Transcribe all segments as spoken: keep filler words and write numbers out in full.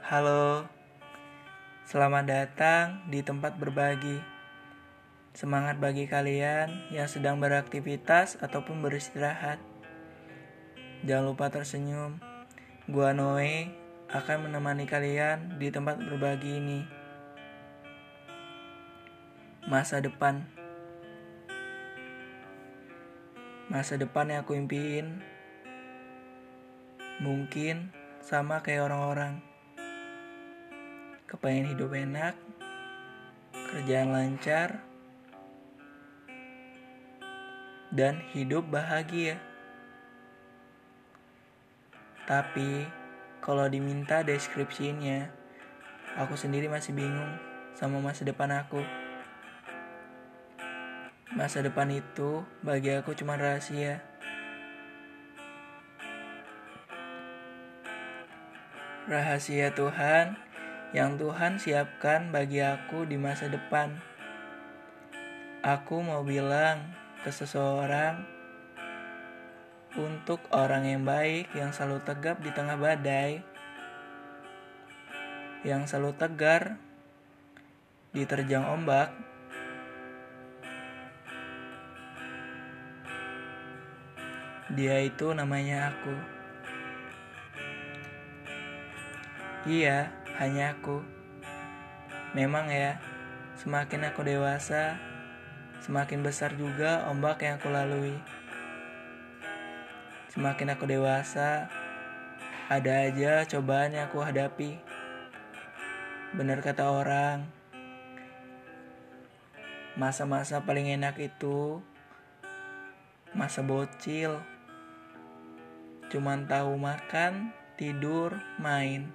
Halo, selamat datang di tempat berbagi. Semangat bagi kalian yang sedang beraktivitas ataupun beristirahat. Jangan lupa tersenyum. Gua Noe akan menemani kalian di tempat berbagi ini. Masa depan. Masa depan yang aku impiin mungkin sama kayak orang-orang. Kepengen hidup enak, kerjaan lancar, dan hidup bahagia. Tapi kalau diminta deskripsinya, aku sendiri masih bingung sama masa depan aku. Masa depan itu bagi aku cuma rahasia. Rahasia Tuhan yang Tuhan siapkan bagi aku di masa depan. Aku mau bilang ke seseorang, untuk orang yang baik, yang selalu tegap di tengah badai, yang selalu tegar diterjang ombak, dia itu namanya aku. Iya, hanya aku. Memang ya, semakin aku dewasa, semakin besar juga ombak yang aku lalui. Semakin aku dewasa, ada aja cobaan yang aku hadapi. Benar kata orang, masa-masa paling enak itu masa bocil. Cuman tahu makan, tidur, main.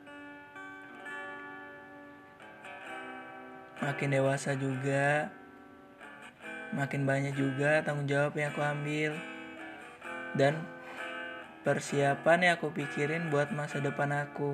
Makin dewasa juga, makin banyak juga tanggung jawab yang aku ambil. Dan persiapan yang aku pikirin buat masa depan aku.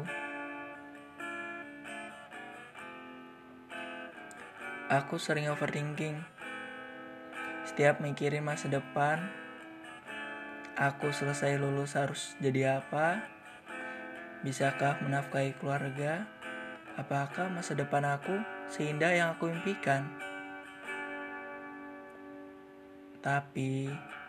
Aku sering overthinking. Setiap mikirin masa depan, aku selesai lulus harus jadi apa? Bisakah menafkahi keluarga? Apakah masa depan aku seindah yang aku impikan? Tapi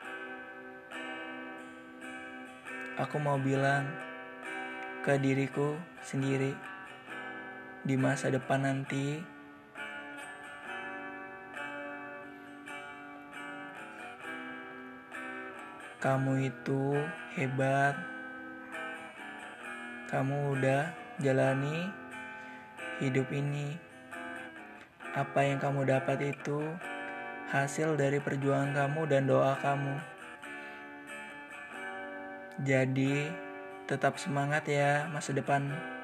aku mau bilang ke diriku sendiri, di masa depan nanti, kamu itu hebat. Kamu udah jalani hidup ini. Apa yang kamu dapat itu hasil dari perjuangan kamu dan doa kamu. Jadi tetap semangat ya masa depan.